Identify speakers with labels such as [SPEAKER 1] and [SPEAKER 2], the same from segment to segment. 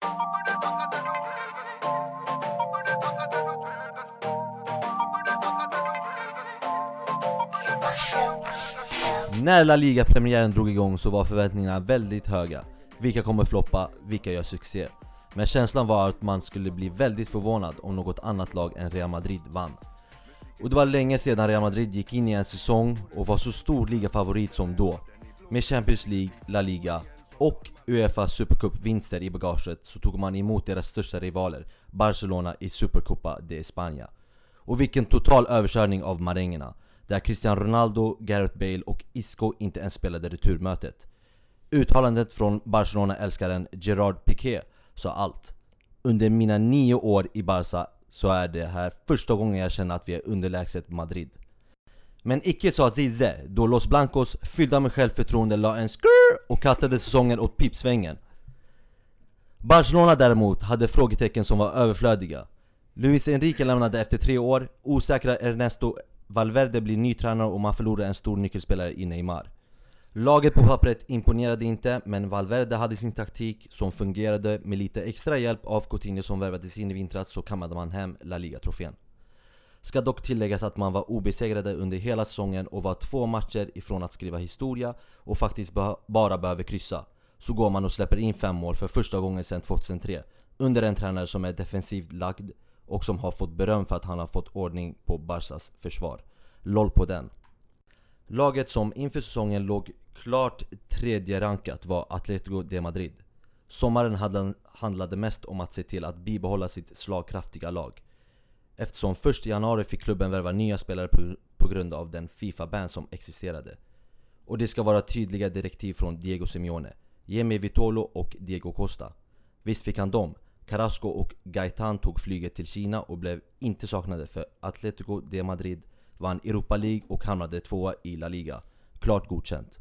[SPEAKER 1] När La Liga-premiären drog igång så var förväntningarna väldigt höga. Vilka kommer floppa, vilka gör succé. Men känslan var att man skulle bli väldigt förvånad om något annat lag än Real Madrid vann. Och det var länge sedan Real Madrid gick in i en säsong och var så stor ligafavorit som då. Med Champions League, La Liga och UEFA Supercup-vinster i bagaget så tog man emot deras största rivaler, Barcelona, i Supercopa de España. Och vilken total överkörning av marängerna, där Cristiano Ronaldo, Gareth Bale och Isco inte ens spelade returmötet. Uttalandet från Barcelona-älskaren Gerard Piqué sa allt. Under mina 9 år i Barca så är det här första gången jag känner att vi är underlägset Madrid. Men icke sa Zizze, då Los Blancos fyllda med självförtroende la en skrrr och kastade säsongen åt pipsvängen. Barcelona däremot hade frågetecken som var överflödiga. Luis Enrique lämnade efter 3 år, osäkra Ernesto Valverde blir ny tränare och man förlorade en stor nyckelspelare i Neymar. Laget på pappret imponerade inte, men Valverde hade sin taktik som fungerade. Med lite extra hjälp av Coutinho som värvades in i vintras så kammade man hem La Liga-trofén. Ska dock tilläggas att man var obesegrade under hela säsongen och var 2 matcher ifrån att skriva historia och faktiskt bara behöver kryssa. Så går man och släpper in 5 mål för första gången sedan 2003 under en tränare som är defensivt lagd och som har fått beröm för att han har fått ordning på Barças försvar. Loll på den. Laget som inför säsongen låg klart 3:e rankat var Atletico de Madrid. Sommaren handlade mest om att se till att bibehålla sitt slagkraftiga lag. Eftersom 1 januari fick klubben värva nya spelare på grund av den FIFA-ban som existerade. Och det ska vara tydliga direktiv från Diego Simeone, Jimmy Vitolo och Diego Costa. Visst fick han dem. Carrasco och Gaitán tog flyget till Kina och blev inte saknade för Atletico de Madrid vann Europa League och hamnade 2 i La Liga. Klart godkänt.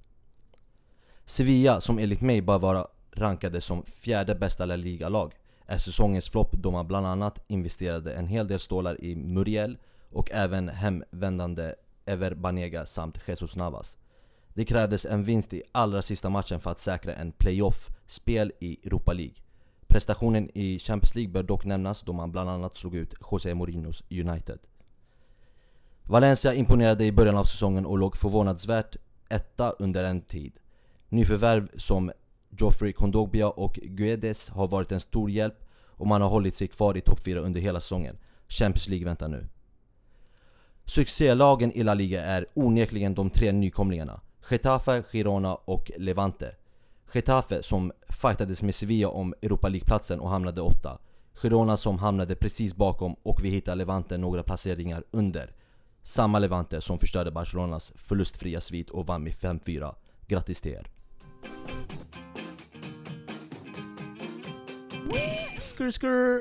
[SPEAKER 1] Sevilla, som enligt mig bara var rankade som 4:e bästa La Liga-lag, är säsongens flopp då man bland annat investerade en hel del stålar i Muriel och även hemvändande Ever Banega samt Jesus Navas. Det krävdes en vinst i allra sista matchen för att säkra en playoff-spel i Europa League. Prestationen i Champions League bör dock nämnas då man bland annat slog ut José Mourinhos United. Valencia imponerade i början av säsongen och låg förvånansvärt 1:a under en tid. Nyförvärv som Geoffrey Kondogbia och Guedes har varit en stor hjälp och man har hållit sig kvar i topp 4 under hela säsongen. Champions League väntar nu. Succélagen i La Liga är onekligen de 3 nykomlingarna: Getafe, Girona och Levante. Getafe som fightades med Sevilla om Europa League-platsen och hamnade 8. Girona som hamnade precis bakom och vi hittade Levante några placeringar under. Samma Levante som förstörde Barcelonas förlustfria svit och vann med 5-4. Grattis till er.
[SPEAKER 2] Skur skur.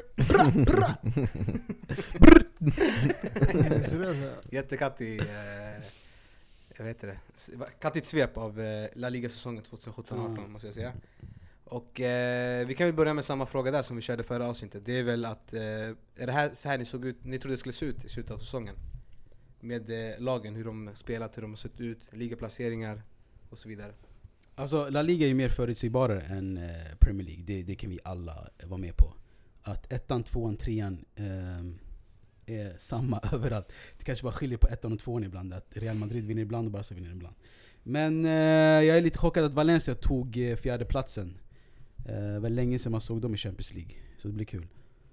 [SPEAKER 3] Jättekattig jag vet det. Kattigt svep av La Liga-säsongen 2017-18 måste jag säga. Och vi kan väl börja med samma fråga där som vi körde förra avsnittet. Det är väl att är det här så här ni såg ut, ni trodde det skulle se ut i slutet av säsongen? Med lagen, hur de spelat, hur de har sett ut, ligaplaceringar och så vidare.
[SPEAKER 2] Alltså La Liga är ju mer förutsägbarare än Premier League. Det kan vi alla vara med på. Att 1:an, 2:an, 3:an är samma överallt. Det kanske bara skiljer på 1:an och 2:an ibland. Att Real Madrid vinner ibland och Barca vinner ibland. Men jag är lite chockad att Valencia tog 4:e platsen. Det var länge sedan man såg dem i Champions League. Så det blir kul.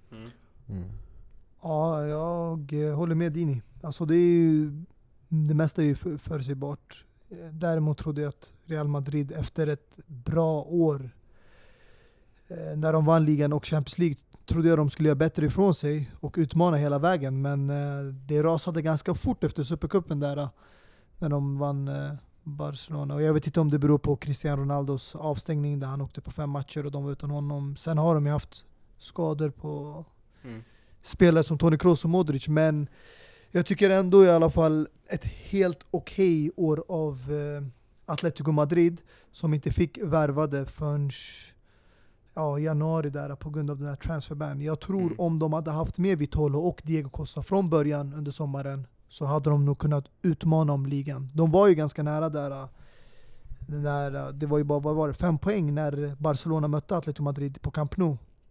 [SPEAKER 4] Ja, jag håller med Dini. Alltså det mesta är ju förutsägbart. Däremot trodde jag att Real Madrid efter ett bra år när de vann ligan och Champions League trodde jag de skulle göra bättre ifrån sig och utmana hela vägen. Men det rasade ganska fort efter Supercupen där när de vann Barcelona. Och jag vet inte om det beror på Cristiano Ronaldos avstängning där han åkte på 5 matcher och de var utan honom. Sen har de ju haft skador på spelare som Toni Kroos och Modric. Men jag tycker ändå i alla fall ett helt okej år av Atletico Madrid som inte fick värvade förrän januari där på grund av den här transferban. Jag tror om de hade haft med Vitolo och Diego Costa från början under sommaren så hade de nog kunnat utmana om ligan. De var ju ganska nära där. Det var ju bara 5 poäng när Barcelona mötte Atletico Madrid på Camp Nou.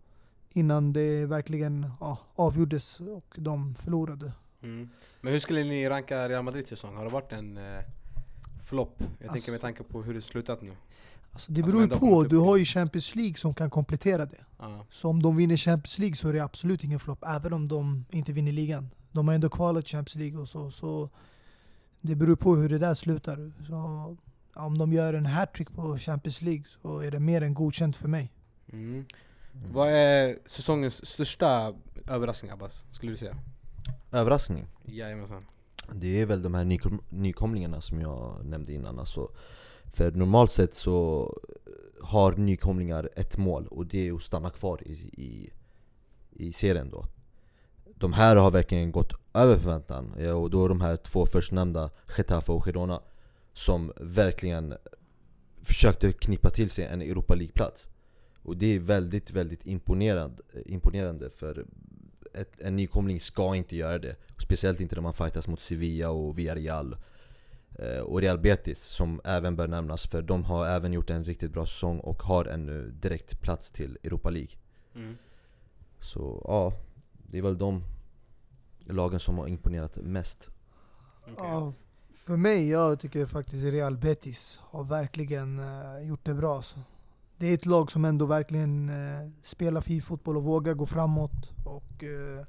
[SPEAKER 4] innan det verkligen avgjordes och de förlorade.
[SPEAKER 3] Men hur skulle ni ranka Real Madrids säsong? Har det varit en flopp? Jag tänker med tanke på hur det slutat nu.
[SPEAKER 4] Alltså det beror ju på, du har ju Champions League som kan komplettera det. Så om de vinner Champions League så är det absolut ingen flopp, även om de inte vinner ligan. De har ändå kvalat Champions League och så det beror på hur det där slutar. Så om de gör en hattrick på Champions League så är det mer än godkänt för mig.
[SPEAKER 3] Vad är säsongens största överraskning, Abbas, skulle du säga?
[SPEAKER 1] Överraskning?
[SPEAKER 3] Jajamensan.
[SPEAKER 1] Det är väl de här nykomlingarna som jag nämnde innan. Alltså, för normalt sett så har nykomlingar ett mål, och det är att stanna kvar i serien då. De här har verkligen gått över förväntan, och då är de här två förstnämnda, Getafe och Girona, som verkligen försökte knippa till sig en Europa League-plats. Och det är väldigt, väldigt imponerande, för en nykomling ska inte göra det. Och speciellt inte när man fightas mot Sevilla och Villarreal och Real Betis, som även bör nämnas, för de har även gjort en riktigt bra säsong och har en direkt plats till Europa League. Så ja, det är väl de lagen som har imponerat mest.
[SPEAKER 4] Ja, för mig, jag tycker faktiskt Real Betis har verkligen gjort det bra. Så. Det är ett lag som ändå verkligen spelar fin fotboll och vågar gå framåt. Och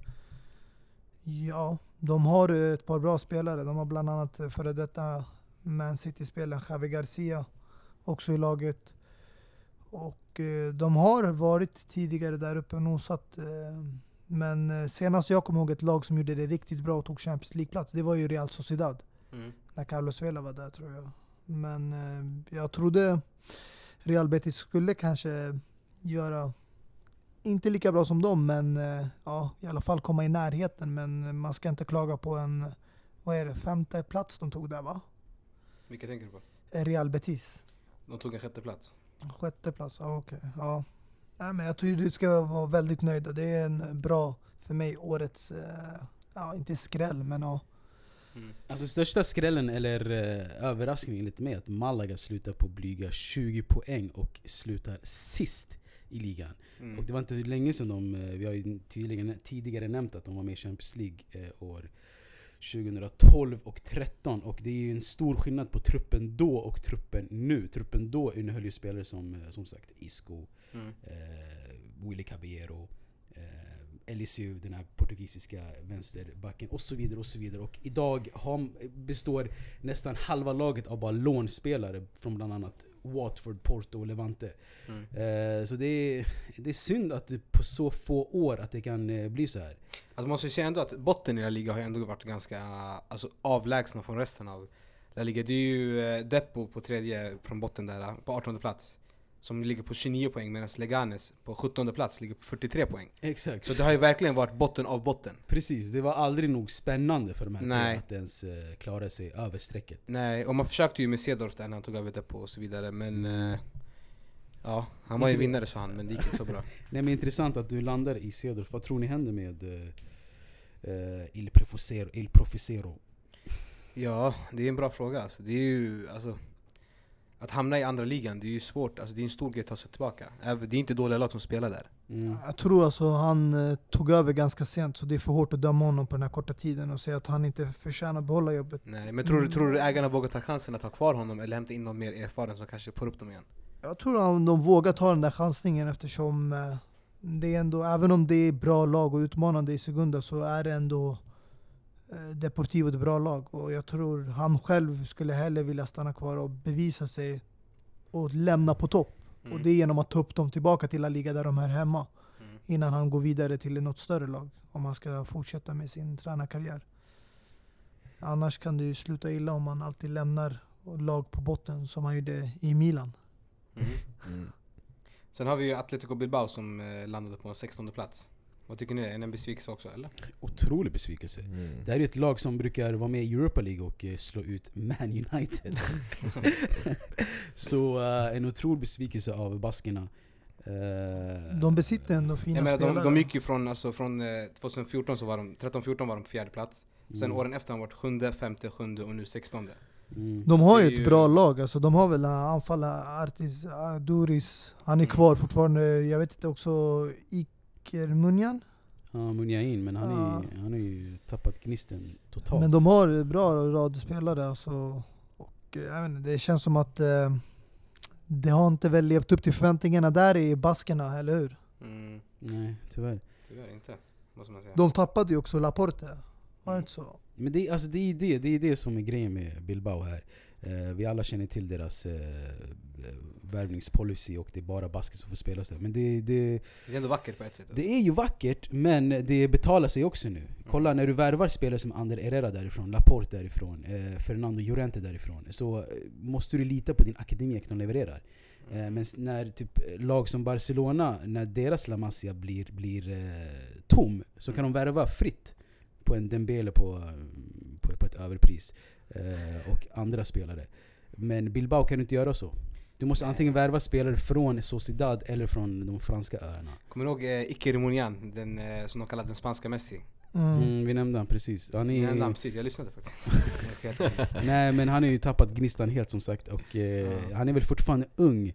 [SPEAKER 4] ja, de har ett par bra spelare. De har bland annat före detta Man City-spelaren Javi Garcia också i laget. Och de har varit tidigare där uppe och nosat. Men senast jag kommer ihåg ett lag som gjorde det riktigt bra och tog Champions League-plats, det var ju Real Sociedad. När Carlos Vela var där, tror jag. Men jag trodde Real Betis skulle kanske göra inte lika bra som dem, men i alla fall komma i närheten. Men man ska inte klaga på en, vad är det, 5:e plats de tog där, va?
[SPEAKER 3] Vilka tänker du på?
[SPEAKER 4] Real Betis.
[SPEAKER 3] De tog en 6:e plats.
[SPEAKER 4] 6:e plats, okej. Ja. Nej, men jag tror du ska vara väldigt nöjd. Det är en bra, för mig, årets, inte skräll, men ja.
[SPEAKER 2] Alltså största skrällen eller överraskningen enligt mig, att Malaga slutar på blyga 20 poäng och slutar sist i ligan. Och det var inte länge sedan vi har ju tidigare nämnt att de var med i Champions League år 2012 och 13, och det är ju en stor skillnad på truppen då och truppen nu. Truppen då innehöll ju spelare som sagt Isco, Willy Caballero, Eliseu, den här portugisiska vänsterbacken, och så vidare och så vidare. Och idag består nästan halva laget av bara lånspelare från bland annat Watford, Porto och Levante. Så det är synd att det på så få år att det kan bli så här.
[SPEAKER 3] Alltså man måste ju säga ändå att botten i La Liga har ändå varit ganska avlägsna från resten av La Liga. Det är ju Deppo på tredje från botten där, på 18:e plats, som ligger på 29 poäng, medan Leganes på 17:e plats ligger på 43 poäng.
[SPEAKER 2] Exakt.
[SPEAKER 3] Så det har ju verkligen varit botten av botten.
[SPEAKER 2] Precis, det var aldrig nog spännande för de här att ens klara sig över strecket.
[SPEAKER 3] Nej, och man försökte ju med Cedorf där när han tog över Deppo och så vidare, men han var ju vinnare, sa han, men det gick inte så bra.
[SPEAKER 2] Nej, men intressant att du landar i Cedorf. Vad tror ni händer med Il Professero?
[SPEAKER 3] Ja, det är en bra fråga. Alltså, det är ju, att hamna i andra ligan, det är ju svårt. Alltså, det är en stor grej att ta sig tillbaka. Det är inte dåliga lag som spelar där.
[SPEAKER 4] Jag tror han tog över ganska sent, så det är för hårt att döma honom på den här korta tiden och säga att han inte förtjänar att behålla jobbet.
[SPEAKER 3] Nej, men tror du ägarna vågar ta chansen att ha kvar honom eller hämta in någon mer erfaren som kanske får upp dem igen?
[SPEAKER 4] Jag tror att de vågar ta den där chansningen, eftersom det är ändå, även om det är bra lag och utmanande i Segunda, så är det ändå Deportivo ett bra lag. Och jag tror han själv skulle hellre vilja stanna kvar och bevisa sig och lämna på topp. Och det är genom att ta upp dem tillbaka till La Liga där de är hemma. Innan han går vidare till något större lag, om han ska fortsätta med sin tränarkarriär. Annars kan det ju sluta illa om man alltid lämnar lag på botten, som han gjorde i Milan.
[SPEAKER 3] Sen har vi ju Atletico Bilbao som landade på en 16:e plats. Vad tycker ni? Är det en besvikelse också, eller?
[SPEAKER 2] Otrolig besvikelse. Det här är ett lag som brukar vara med i Europa League och slå ut Man United. Så en otrolig besvikelse av baskerna.
[SPEAKER 4] De besitter ändå fina spelare.
[SPEAKER 3] De gick ju från 2014 så var de 13-14 var de på 4:e plats. Sen åren efter har de varit 7:e, 5:e, 7:e och nu 16:e.
[SPEAKER 4] De har ju ett bra lag, alltså de har väl anfalla Artis Duris, han är kvar fortfarande. Jag vet inte, också Iker Munyan.
[SPEAKER 2] Ja, Munjain, men han har ju tappat gnisten totalt.
[SPEAKER 4] Men de har bra radspelare alltså. Och jag vet inte, det känns som att det har inte väl levt upp till förväntningarna där i baskerna, eller hur?
[SPEAKER 2] Nej, tyvärr.
[SPEAKER 3] Tyvärr inte, måste man säga.
[SPEAKER 4] De tappade ju också Laporte. Var det inte så?
[SPEAKER 2] Men det är det som är grejen med Bilbao här. Vi alla känner till deras värvningspolicy och det är bara basket som får spela sig. Men det
[SPEAKER 3] är ändå vackert på ett sätt.
[SPEAKER 2] Det är ju vackert, men det betalar sig också nu. Kolla, när du värvar spelare som Ander Herrera därifrån, Laporte därifrån, Fernando Llorente därifrån, så måste du lita på din akademi att de levererar. Men när typ lag som Barcelona, när deras La Masia blir tom, så kan de värva fritt på en Dembele på ett överpris och andra spelare. Men Bilbao kan inte göra så. Du måste antingen värva spelare från Sociedad eller från de franska öarna.
[SPEAKER 3] Kommer du ihåg Iker Munyan, den som de kallar den spanska Messi?
[SPEAKER 2] Vi nämnde han precis.
[SPEAKER 3] Jag lyssnade faktiskt.
[SPEAKER 2] Nej, men han har ju tappat gnistan helt som sagt. Och han är väl fortfarande ung.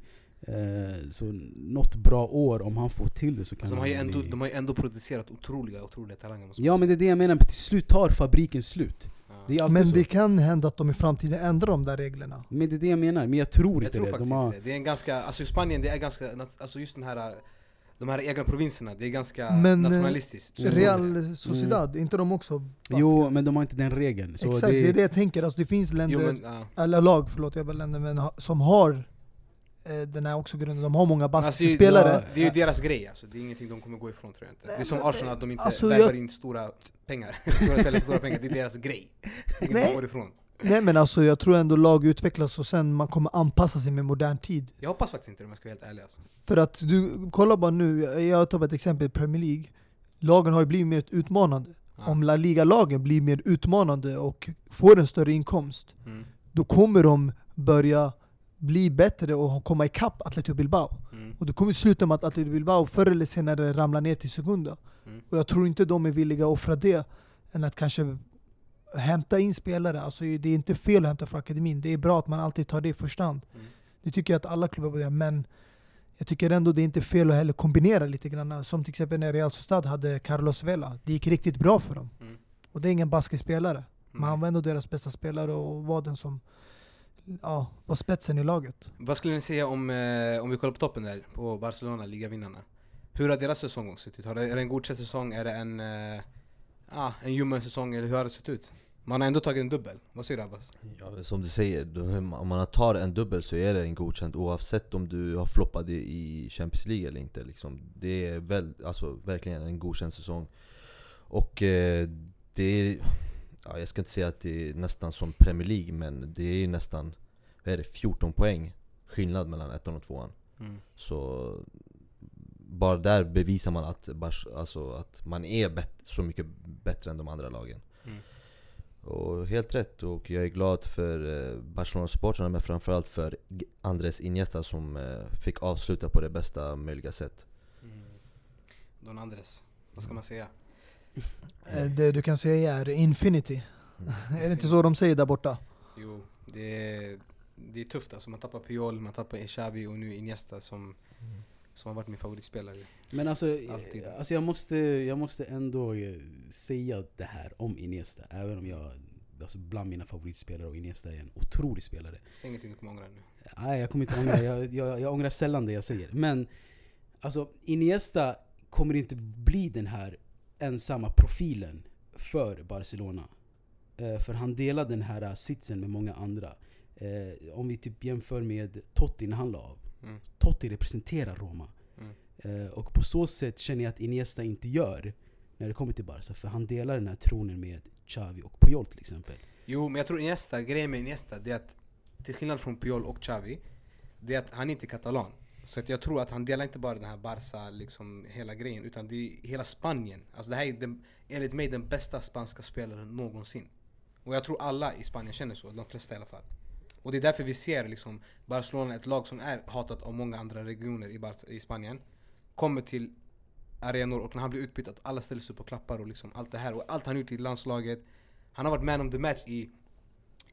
[SPEAKER 2] Så något bra år om han får till det så kan
[SPEAKER 3] alltså de har ju ändå producerat otroliga talanger.
[SPEAKER 2] Ja, men det är det jag menar. Till slut tar fabriken slut. Det är
[SPEAKER 4] men
[SPEAKER 2] så.
[SPEAKER 4] Det kan hända att de i framtiden ändrar de där reglerna.
[SPEAKER 2] Men det är det jag menar. Men jag tror inte det.
[SPEAKER 3] Faktiskt inte det. Det är en ganska, alltså i Spanien det är ganska, alltså just de här egna provinserna, det är ganska nationalistiskt.
[SPEAKER 4] Real Sociedad, inte de också baskar?
[SPEAKER 2] Jo, men de har inte den regeln. Så
[SPEAKER 4] exakt, det är det jag tänker. Alltså det finns länder, eller lag, förlåt, jag bara länder, men som har den här också grunden. De har många basketspelare.
[SPEAKER 3] Alltså, det är ju deras grej, alltså. Det är ingenting de kommer gå ifrån, tror jag inte. Det är som Arsenal, att de inte värvar in stora pengar. stora pengar, det är deras grej. Inget går ifrån.
[SPEAKER 4] Nej, men alltså jag tror ändå lag utvecklas och sen man kommer anpassa sig med modern tid.
[SPEAKER 3] Jag hoppas faktiskt inte det, om jag ska vara helt ärlig alltså.
[SPEAKER 4] För att du, kolla bara nu, jag tar ett exempel i Premier League. Lagen har ju blivit mer utmanande. Om La Liga-lagen blir mer utmanande och får en större inkomst, då kommer de börja bli bättre och komma ikapp Atletico Bilbao. Och det kommer sluta med att Atletico Bilbao förr eller senare ramlar ner till Segunda. Och jag tror inte de är villiga att offra det än att kanske hämta in spelare. Alltså det är inte fel att hämta från akademin. Det är bra att man alltid tar det i första hand. Det tycker jag att alla klubbar börjar. Men jag tycker ändå det är inte fel att heller kombinera lite grann. Som till exempel när Real Sociedad hade Carlos Vela. Det gick riktigt bra för dem. Och det är ingen basketspelare. Men han var ändå deras bästa spelare och var den som var spetsen i laget.
[SPEAKER 3] Vad skulle ni säga om vi kollar på toppen där, på Barcelona, ligavinnarna? Hur har deras säsong sett ut? Är det en godkänd säsong? Är det en ljummen säsong? Eller hur har det sett ut? Man har ändå tagit en dubbel. Vad säger du, Abbas?
[SPEAKER 1] Ja, som du säger, om man tar en dubbel så är det en godkänd, oavsett om du har floppat i Champions League eller inte. Liksom. Det är verkligen en godkänd säsong. Och det är... Ja, jag ska inte säga att det är nästan som Premier League, men det är nästan 14 poäng skillnad mellan 1 och 2. Så bara där bevisar man att man är så mycket bättre än de andra lagen. Och helt rätt, och jag är glad för Barcelona-supportrarna, men framförallt för Andrés Iniesta som fick avsluta på det bästa möjliga sätt.
[SPEAKER 3] Don Andres, vad ska man säga?
[SPEAKER 4] Det du kan säga är Infinity. Är det inte så de säger där borta?
[SPEAKER 3] Jo, det är tufft alltså. Man tappar Puyol, man tappar Xavi och nu Iniesta som har varit min favoritspelare.
[SPEAKER 2] Men alltså jag måste ändå säga det här om Iniesta, även om jag bland mina favoritspelare, och Iniesta är en otrolig spelare.
[SPEAKER 3] Säg ingenting du kommer ångra nu.
[SPEAKER 2] Nej, jag kommer inte ångra. Jag ångrar sällan det jag säger. Men alltså Iniesta kommer inte bli den här ensamma profilen för Barcelona. För han delar den här sitsen med många andra. Om vi typ jämför med Totti när han la av. Totti representerar Roma. Och på så sätt känner jag att Iniesta inte gör när det kommer till Barca. För han delar den här tronen med Xavi och Puyol till exempel.
[SPEAKER 3] Jo, men jag tror grejen med Iniesta, det är att till skillnad från Puyol och Xavi, det är att han inte är katalan. Så att jag tror att han delar inte bara den här Barca, liksom hela grejen, utan det är hela Spanien. Alltså det här är enligt mig den bästa spanska spelaren någonsin. Och jag tror alla i Spanien känner så, de flesta i alla fall. Och det är därför vi ser liksom Barcelona, ett lag som är hatat av många andra regioner i Spanien, kommer till arenor, och när han blir utbytt att alla ställer sig upp och klappar och liksom allt det här. Och allt han gjort i landslaget. Han har varit man of the match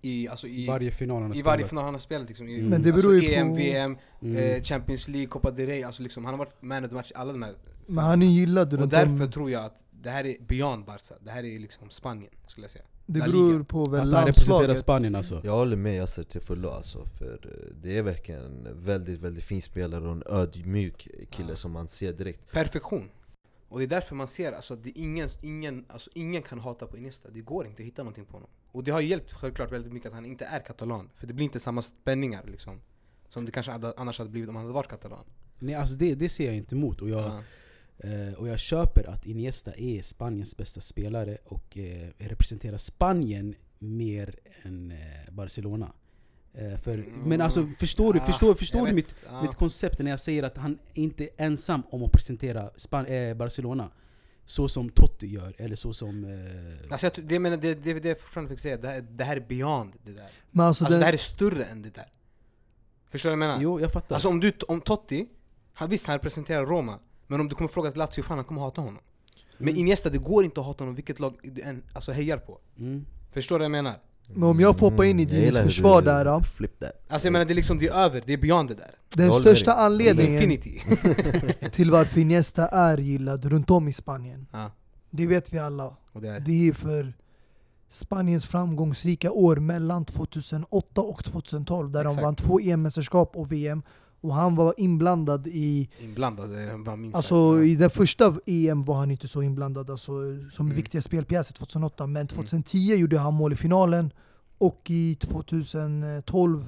[SPEAKER 3] i
[SPEAKER 2] varje final han har
[SPEAKER 3] i
[SPEAKER 2] spelat.
[SPEAKER 3] varje final han har spelat liksom, i,
[SPEAKER 4] Men det
[SPEAKER 3] alltså,
[SPEAKER 4] beror ju
[SPEAKER 3] EM,
[SPEAKER 4] på-
[SPEAKER 3] VM, Champions League, Copa del Rey, alltså liksom, han har varit man of the match i alla de här.
[SPEAKER 4] Men han är gillad
[SPEAKER 3] Och
[SPEAKER 4] runt
[SPEAKER 3] därför
[SPEAKER 4] om.
[SPEAKER 3] tror jag att det här är beyond Barca. Det här är liksom Spanien, skulle jag säga.
[SPEAKER 4] Det
[SPEAKER 3] La
[SPEAKER 4] beror
[SPEAKER 3] Liga.
[SPEAKER 4] på väl
[SPEAKER 2] Att han representerar
[SPEAKER 4] landslaget.
[SPEAKER 2] Spanien alltså.
[SPEAKER 1] Jag håller med Yasser till fullo alltså, för det är verkligen en väldigt, väldigt fin spelare och en ödmjuk kille som man ser direkt.
[SPEAKER 3] Perfektion. Och det är därför man ser alltså, att det är ingen kan hata på Iniesta. Det går inte att hitta någonting på honom. Och det har hjälpt självklart väldigt mycket att han inte är katalan. För det blir inte samma spänningar liksom, som det kanske annars hade blivit om han hade varit katalan.
[SPEAKER 2] Nej, alltså det ser jag inte emot. Och jag köper att Iniesta är Spaniens bästa spelare och representerar Spanien mer än Barcelona. Men alltså förstår du mitt koncept när jag säger att han inte är ensam om att presentera Barcelona så som Totti gör, eller så som
[SPEAKER 3] Alltså det jag fortfarande fick säga, det här är beyond det där.
[SPEAKER 4] Men
[SPEAKER 3] Alltså
[SPEAKER 4] den-
[SPEAKER 3] det här är större än det där. Förstår du vad jag menar?
[SPEAKER 2] Jo, jag fattar.
[SPEAKER 3] Alltså om Totti, visst han representerar Roma, men om du kommer fråga till Lazio, fan han kommer hata honom. Men Iniesta, det går inte att hata honom vilket lag du än alltså, hejar på. Förstår du vad jag menar?
[SPEAKER 4] Men om jag får hoppa in i
[SPEAKER 1] Jag
[SPEAKER 4] Dinis
[SPEAKER 1] gillar hur
[SPEAKER 4] försvar
[SPEAKER 1] du
[SPEAKER 4] där då.
[SPEAKER 1] flip that.
[SPEAKER 3] Alltså jag menar, det är liksom, det är över, det är beyond det där.
[SPEAKER 4] Den
[SPEAKER 1] Jag håller
[SPEAKER 4] största
[SPEAKER 1] med dig.
[SPEAKER 3] Det är
[SPEAKER 4] anledningen
[SPEAKER 3] infinity.
[SPEAKER 4] till varför Iniesta är gillad runt om i Spanien,
[SPEAKER 3] Ja,
[SPEAKER 4] det vet vi alla.
[SPEAKER 3] och det är
[SPEAKER 4] Det är för Spaniens framgångsrika år mellan 2008 och 2012 där
[SPEAKER 3] Exakt.
[SPEAKER 4] de vann 2 EM-mästerskap och VM. Och han var inblandad i,
[SPEAKER 3] inblandad, det var minst
[SPEAKER 4] alltså
[SPEAKER 3] sagt.
[SPEAKER 4] i den första EM var han inte så inblandad alltså, som
[SPEAKER 3] Mm.
[SPEAKER 4] viktiga spelpjäser 2008. Men 2010 gjorde han mål i finalen och i 2012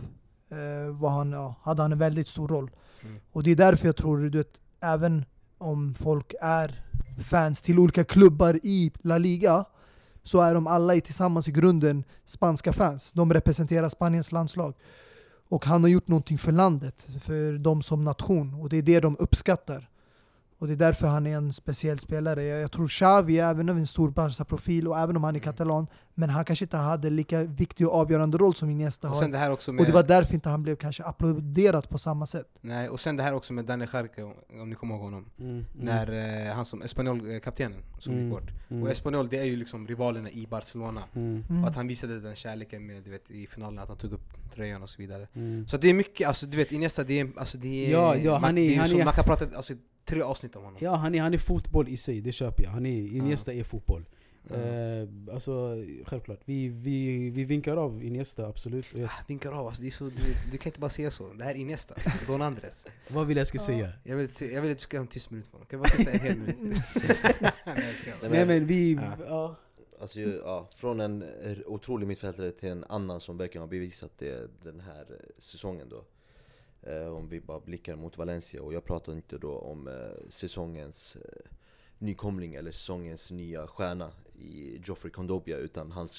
[SPEAKER 4] hade han en väldigt stor roll.
[SPEAKER 3] Mm.
[SPEAKER 4] Och det är därför jag tror, du vet, även om folk är fans till olika klubbar i La Liga, så är de alla tillsammans i grunden spanska fans. De representerar Spaniens landslag. Och han har gjort någonting för landet, för dem som nation. Och det är det de uppskattar. Och det är därför han är en speciell spelare. Jag tror Xavi är även en stor Barca-profil, och även om han är katalan, men han kanske inte hade lika viktig och avgörande roll som Iniesta
[SPEAKER 3] Och
[SPEAKER 4] har.
[SPEAKER 3] sen det här också med,
[SPEAKER 4] Och det var därför inte han blev kanske applåderat på samma sätt.
[SPEAKER 3] nej, och sen det här också med Dani Jarque, om ni kommer ihåg honom. När han som Espanyol-kaptenen som gick bort. Och Espanyol, det är ju liksom rivalerna i Barcelona. Och att han visade den kärleken med, du vet, i finalen, att han tog upp tröjan och så vidare. Så det är mycket, alltså du vet, Iniesta, det är
[SPEAKER 2] Ja, han är-
[SPEAKER 3] man kan prata alltså, 3 avsnitt om honom.
[SPEAKER 2] Ja, han är fotboll i sig, det köper jag. Iniesta är fotboll. Alltså självklart, vi vinkar av Iniesta, absolut. Och
[SPEAKER 3] Vinkar av, alltså, det är så, du kan inte bara säga så. Det här är Iniesta, Don Andres.
[SPEAKER 2] vad vill jag ska säga?
[SPEAKER 3] Jag vill att du ska ha en tyst minut för honom. Kan jag bara tysta en hel minut? Nej, jag skojar.
[SPEAKER 2] Nej men vi...
[SPEAKER 3] Ja.
[SPEAKER 2] Ja.
[SPEAKER 1] Alltså, ja, från en otrolig mittfältare till en annan som verkligen har bevisat det den här säsongen då. Om vi bara blickar mot Valencia, och jag pratar inte då om säsongens nykomling eller säsongens nya stjärna i Geoffrey Kondogbia, utan hans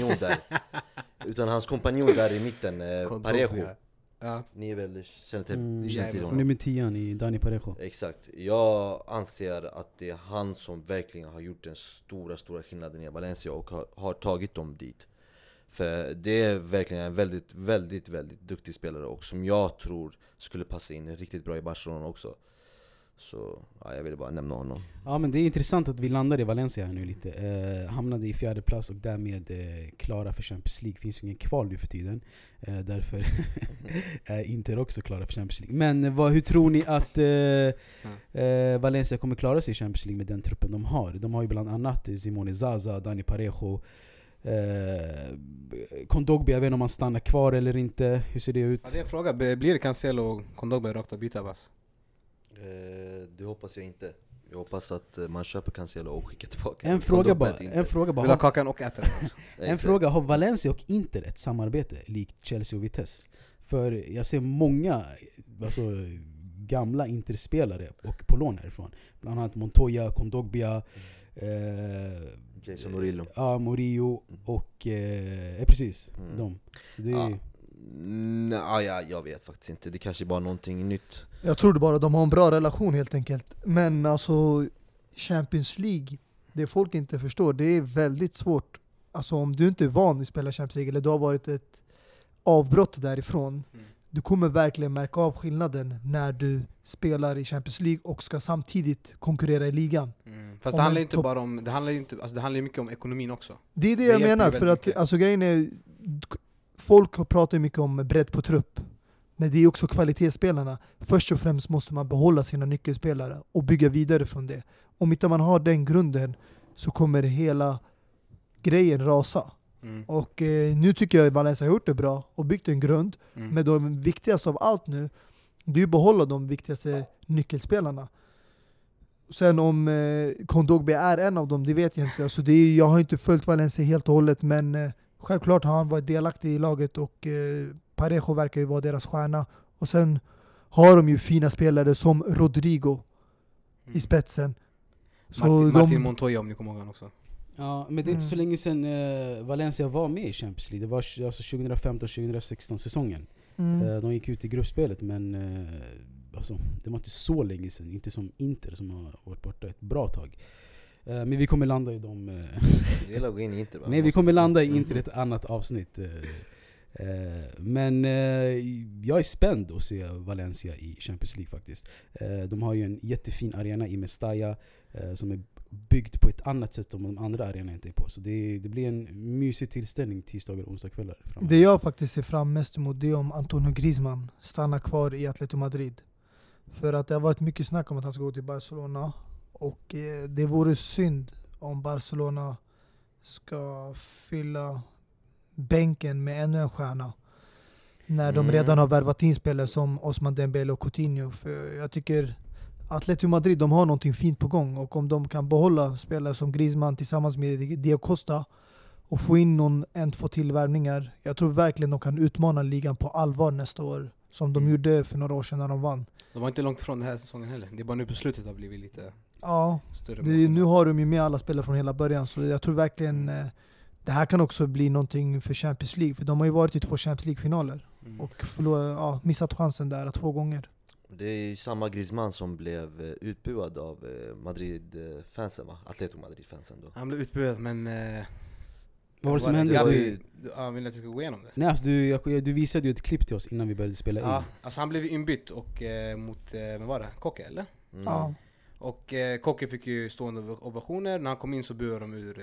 [SPEAKER 1] kompanjon där i mitten, Parejo.
[SPEAKER 3] Ja.
[SPEAKER 1] Ni är väl känner till
[SPEAKER 3] jävlar.
[SPEAKER 1] honom?
[SPEAKER 2] Nummer 10 i Dani Parejo.
[SPEAKER 1] Exakt. Jag anser att det är han som verkligen har gjort den stora skillnaden i Valencia och har tagit dem dit. För det är verkligen en väldigt, väldigt, väldigt duktig spelare, och som jag tror skulle passa in riktigt bra i Barcelona också. Så ja, jag ville bara nämna honom.
[SPEAKER 2] Ja, men det är intressant att vi landade i Valencia här nu lite. Hamnade i 4:e plats och därmed klara för Champions League. Finns ju ingen kval nu för tiden. Därför är Inter också klara för Champions League. Men hur tror ni att Valencia kommer klara sig i Champions League med den truppen de har? De har ju bland annat Simone Zaza, Dani Parejo, Kondogbia, jag vet inte om han stannar kvar eller inte. Hur ser det ut?
[SPEAKER 3] Ja, det är en fråga. Blir det Cancelo och Kondogbia rakt att byta Abbas?
[SPEAKER 1] Det hoppas jag inte. Jag hoppas att man köper Cancelo och skickar tillbaka.
[SPEAKER 2] En fråga bara.
[SPEAKER 3] Vill ha kakan och äta den alltså.
[SPEAKER 2] En fråga, har Valencia och Inter ett samarbete likt Chelsea och Vitesse? För jag ser många gamla Interspelare och på lån härifrån. Bland annat Montoya, Kondogbia,
[SPEAKER 1] Jason Murillo.
[SPEAKER 2] Ja, Murillo och precis, de. Det är,
[SPEAKER 1] Jag vet faktiskt inte. Det kanske är bara någonting nytt.
[SPEAKER 4] Jag tror det bara de har en bra relation helt enkelt. Men alltså Champions League, det folk inte förstår, det är väldigt svårt. Alltså om du inte är van vid att spela Champions League, eller du har varit ett avbrott därifrån, du kommer verkligen märka av skillnaden när du spelar i Champions League och ska samtidigt konkurrera i ligan.
[SPEAKER 3] Fast det handlar inte bara om, det handlar ju mycket om ekonomin också.
[SPEAKER 4] Det är det
[SPEAKER 3] Det
[SPEAKER 4] jag
[SPEAKER 3] hjälper
[SPEAKER 4] menar,
[SPEAKER 3] ju
[SPEAKER 4] för
[SPEAKER 3] väldigt
[SPEAKER 4] att
[SPEAKER 3] mycket.
[SPEAKER 4] alltså grejen är, folk pratar ju mycket om bredd på trupp. Men det är också kvalitetsspelarna. Först och främst måste man behålla sina nyckelspelare och bygga vidare från det. Om inte man har den grunden så kommer hela grejen rasa. Och nu tycker jag att Valencia har gjort det bra och byggt en grund. Men det viktigaste av allt nu, det är att behålla de viktigaste nyckelspelarna. Sen om Kondogbia är en av dem, det vet jag inte. Alltså jag har inte följt Valencia helt och hållet, men självklart har han varit delaktig i laget och Parejo verkar ju vara deras stjärna. Och sen har de ju fina spelare som Rodrigo i spetsen. Så
[SPEAKER 3] Martin Montoya, om ni kommer ihåg han också.
[SPEAKER 2] Ja, men det är inte så länge sedan Valencia var med i Champions League. Det var alltså 2015-2016 säsongen. De gick ut i gruppspelet, men alltså, det var inte så länge sedan. Inte som Inter som har varit borta ett bra tag. Men vi kommer landa i dem.
[SPEAKER 1] Det gäller att gå in i Inter, va?
[SPEAKER 2] Nej, vi kommer landa i Inter ett annat avsnitt. Men jag är spänd att se Valencia i Champions League faktiskt. De har ju en jättefin arena i Mestalla som är byggt på ett annat sätt som de andra arenorna inte är på. Så det blir en mysig tillställning tisdagar och onsdagskvällar.
[SPEAKER 4] Det jag faktiskt ser fram mest emot, det är om Antonio Griezmann stannar kvar i Atletico Madrid. För att det har varit mycket snack om att han ska gå till Barcelona. Och det vore synd om Barcelona ska fylla bänken med ännu en stjärna. När de redan har värvat in spelare som Ousmane Dembele och Coutinho. För jag tycker Atletico Madrid, de har någonting fint på gång. Och om de kan behålla spelare som Griezmann tillsammans med Diego Costa och få in två tillvärvningar. Jag tror verkligen de kan utmana ligan på allvar nästa år. Som de gjorde för några år sedan när de vann.
[SPEAKER 3] De var inte långt från den här säsongen heller. Det är bara nu på slutet har blivit lite större.
[SPEAKER 4] Nu har de ju med alla spelare från hela början. Så jag tror verkligen det här kan också bli någonting för Champions League. För de har ju varit i 2 Champions League-finaler. Och missat chansen där 2 gånger.
[SPEAKER 1] Det är ju samma Griezmann som blev utbuad av Madrid-fansen, va? Atletico Madrid-fansen då.
[SPEAKER 3] Han blev utbuad, men
[SPEAKER 2] vad var det som hände?
[SPEAKER 3] Jag vill att jag ska gå igenom det.
[SPEAKER 2] Nej, alltså, du visade ju ett klipp till oss innan vi började spela in.
[SPEAKER 3] Ja, alltså han blev inbytt och mot, vad var det? Koke, eller?
[SPEAKER 4] Ja.
[SPEAKER 3] Och Koke fick ju stående ovationer. När han kom in så buade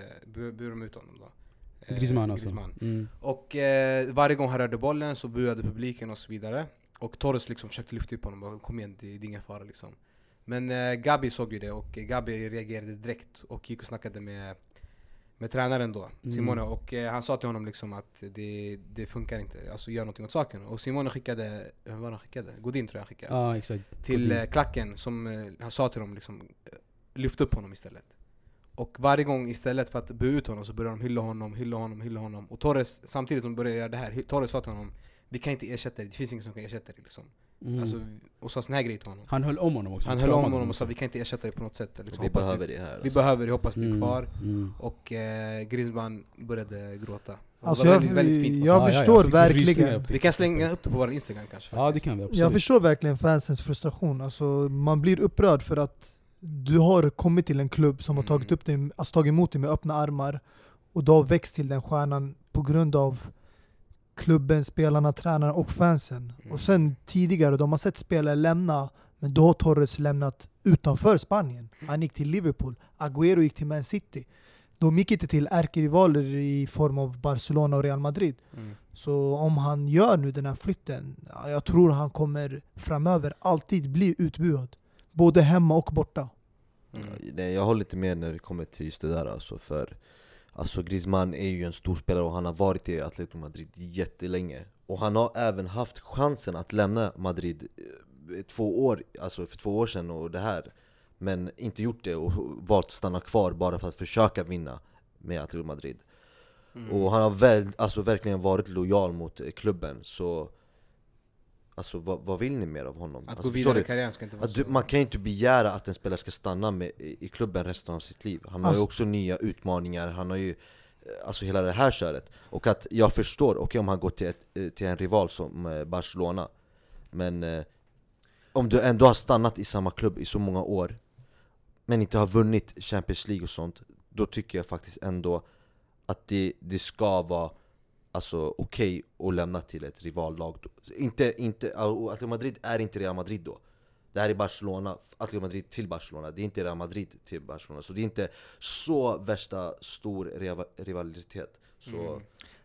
[SPEAKER 3] de ut honom då.
[SPEAKER 2] Griezmann alltså.
[SPEAKER 3] Och varje gång han rörde bollen så buade publiken och så vidare. Och Torres liksom försökte lyfta upp honom och kom igen, det är ingen fara liksom. Men Gabi såg ju det och Gabi reagerade direkt och gick och snackade med tränaren då, Simone, och han sa till honom liksom att det funkar inte, alltså gör någonting åt saken. Och Simone skickade, Godin tror jag skickade,
[SPEAKER 2] exakt.
[SPEAKER 3] till klacken som han sa till dem liksom, lyft upp honom istället. Och varje gång istället för att bua ut honom så började de hylla honom. Och Torres, samtidigt som de började göra det här, Torres sa till honom, vi kan inte ersätta dig, det finns ingen som kan ersätta dig liksom. Alltså, och sa sån här grej till honom.
[SPEAKER 2] Han höll om honom också.
[SPEAKER 3] Han höll om honom och sa vi kan inte ersätta dig på något sätt liksom.
[SPEAKER 1] Vi behöver det här.
[SPEAKER 3] Vi behöver det, hoppas du är kvar. Och Griezmann började gråta.
[SPEAKER 4] Alltså väldigt fint. Jag förstår verkligen.
[SPEAKER 3] Vi kan slänga upp det på vår Instagram kanske faktiskt.
[SPEAKER 2] Ja, det kan vi absolut.
[SPEAKER 4] Jag förstår verkligen fansens frustration. Alltså, man blir upprörd för att du har kommit till en klubb som har tagit emot dig med öppna armar. Och du har växt till den stjärnan på grund av klubben, spelarna, tränarna och fansen. Och sen tidigare, de har sett spelare lämna, men då har Torres lämnat utanför Spanien. Han gick till Liverpool. Agüero gick till Man City. De gick inte till ärkerivaler i form av Barcelona och Real Madrid. Så om han gör nu den här flytten, jag tror han kommer framöver alltid bli utbuad. Både hemma och borta.
[SPEAKER 1] Jag håller inte med när det kommer till just det där alltså, för alltså Griezmann är ju en stor spelare och han har varit i Atletico Madrid jättelänge. Och han har även haft chansen att lämna Madrid 2 år, alltså för 2 år sedan och det här. Men inte gjort det och valt att stanna kvar bara för att försöka vinna med Atletico Madrid. Och han har verkligen varit lojal mot klubben. Så alltså vad vill ni mer av honom?
[SPEAKER 3] Att
[SPEAKER 1] alltså,
[SPEAKER 3] gå vidare i karriären ska inte vara så.
[SPEAKER 1] Man kan ju inte begära att en spelare ska stanna i klubben resten av sitt liv. Han har ju också nya utmaningar. Han har ju alltså hela det här köret. Och att jag förstår, om han går till en rival som Barcelona. Men om du ändå har stannat i samma klubb i så många år men inte har vunnit Champions League och sånt, då tycker jag faktiskt ändå att det ska vara alltså okej att lämna till ett rivallag. Atletico Madrid är inte Real Madrid då. Det här är Barcelona, Atletico Madrid till Barcelona. Det är inte Real Madrid till Barcelona. Så det är inte så värsta stor rivalitet. Så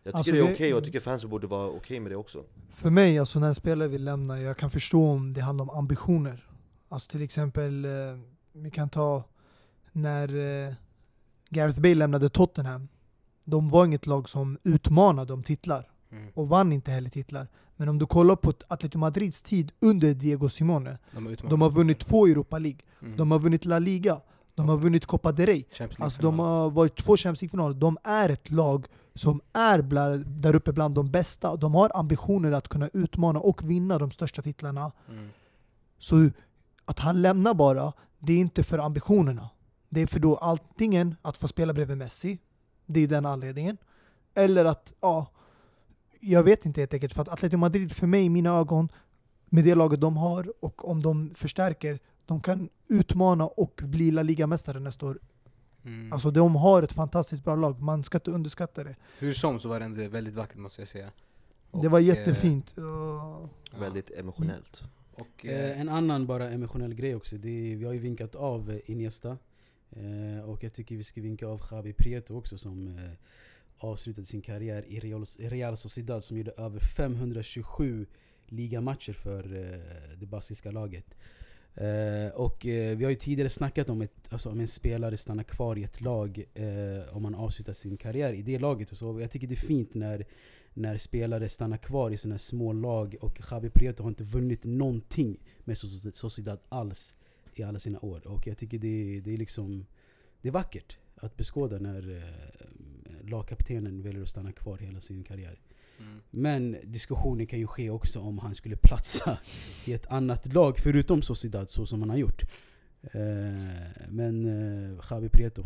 [SPEAKER 1] Jag tycker
[SPEAKER 4] Alltså,
[SPEAKER 1] det är
[SPEAKER 4] det-
[SPEAKER 1] okej och jag tycker fansen borde vara okej med det också.
[SPEAKER 4] För mig, alltså när en spelare vill lämna, jag kan förstå om det handlar om ambitioner. Alltså till exempel, vi kan ta när Gareth Bale lämnade Tottenham. De var inget lag som utmanade om titlar och vann inte heller titlar. Men om du kollar på Atletico Madrids tid under Diego Simeone, de har vunnit 2 Europa League, de har vunnit La Liga, de har vunnit Copa del Rey. Alltså de har varit 2 Champions League-finaler. De är ett lag som är där uppe bland de bästa. De har ambitioner att kunna utmana och vinna de största titlarna. Så att han lämnar bara, det är inte för ambitionerna. Det är för då antingen att få spela bredvid Messi, det är den anledningen. Eller att, jag vet inte helt enkelt. För att Atletico Madrid för mig, i mina ögon, med det laget de har och om de förstärker, de kan utmana och bli La Liga-mästare nästa år. Alltså de har ett fantastiskt bra lag, man ska inte underskatta det.
[SPEAKER 3] Hur som så var det ändå väldigt vackert, måste jag säga.
[SPEAKER 4] Det var jättefint.
[SPEAKER 1] Väldigt emotionellt.
[SPEAKER 3] Och,
[SPEAKER 2] En annan bara emotionell grej också, vi har ju vinkat av Iniesta. Och jag tycker vi ska vinka av Javi Prieto också, som avslutade sin karriär i Real Sociedad, som gjorde över 527 ligamatcher för det baskiska laget. Och vi har ju tidigare snackat om om en spelare stannar kvar i ett lag om man avslutar sin karriär i det laget. Och så. Jag tycker det är fint när spelare stannar kvar i sådana här små lag, och Javi Prieto har inte vunnit någonting med Sociedad alls i alla sina år. Och jag tycker det är liksom, det är vackert att beskåda när lagkaptenen väljer att stanna kvar hela sin karriär. Men diskussionen kan ju ske också om han skulle platsa i ett annat lag förutom Sociedad, så som han har gjort. Men Javi Prieto.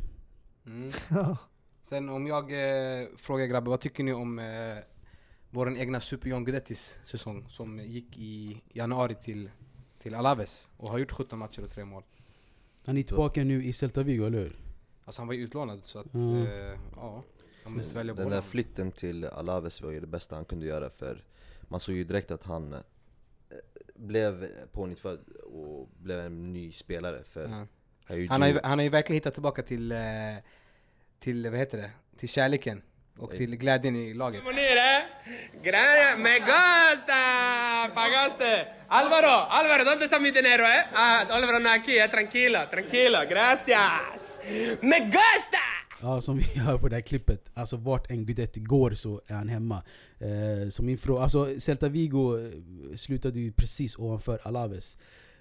[SPEAKER 3] Sen om jag frågar grabbar, vad tycker ni om vår egna Super John Guidettis säsong som gick i januari till Alaves och har gjort 17 matcher och 3 mål?
[SPEAKER 2] Han är tillbaka nu i Celta Vigo, eller hur?
[SPEAKER 3] Alltså han var ju utlånad, så att ja, han måste välja
[SPEAKER 1] Den där flytten till Alaves var ju det bästa han kunde göra, för man såg ju direkt att han blev pånyttfödd och blev en ny spelare. För
[SPEAKER 3] han har ju verkligen hittat tillbaka till vad heter det? Till kärleken och till glädjen i laget. Me gusta, pagaste. Álvaro, ¿dónde está mi dinero, Álvaro no aquí, tranquilo, gracias. Me gusta!
[SPEAKER 2] Ja, som vi hör på det här klippet, alltså vart en Guidetti går så är han hemma. Så min fråga, alltså Celta Vigo slutade ju precis ovanför Alaves.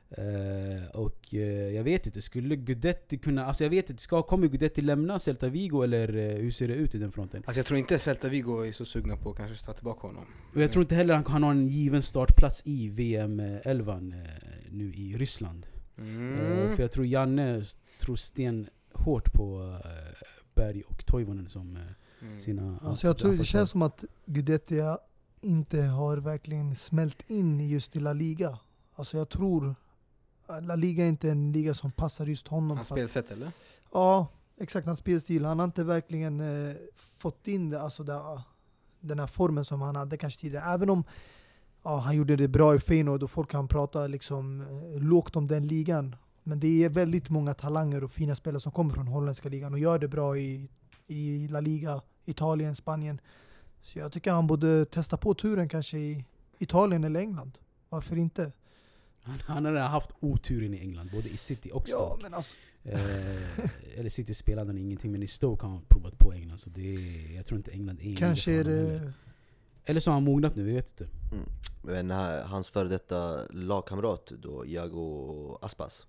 [SPEAKER 2] Och jag vet inte, skulle Guidetti kunna, alltså jag vet inte, kommer Guidetti lämna Celta Vigo, eller hur ser det ut i den fronten?
[SPEAKER 3] Alltså jag tror inte Celta Vigo är så sugna på att kanske ta tillbaka honom.
[SPEAKER 2] Och jag tror inte heller han har en given startplats i VM-11 nu i Ryssland. För jag tror Janne tror sten hårt på Berg och Toivonen som sina...
[SPEAKER 4] Alltså jag tror det känns som att Guidetti inte har verkligen smält in just i La Liga. Alltså jag tror La Liga är inte en liga som passar just honom.
[SPEAKER 3] Hans spelsätt, eller?
[SPEAKER 4] Ja, exakt, hans spelstil. Han har inte verkligen fått in det, alltså den här formen som han hade kanske tidigare. Även om han gjorde det bra i Feyenoord och folk kan prata liksom lågt om den ligan. Men det är väldigt många talanger och fina spelare som kommer från holländska ligan och gör det bra i La Liga, Italien, Spanien. Så jag tycker han borde testa på turen kanske i Italien eller England. Varför inte?
[SPEAKER 2] Han har haft oturen i England, både i City och Stoke.
[SPEAKER 4] Ja, men alltså.
[SPEAKER 2] Eller City spelade han ingenting, men i Stoke har han provat på England. Så jag tror inte England är
[SPEAKER 4] kanske är det...
[SPEAKER 2] Eller så har han mognat nu, jag vet inte.
[SPEAKER 1] Men hans före detta lagkamrat då, Iago Aspas,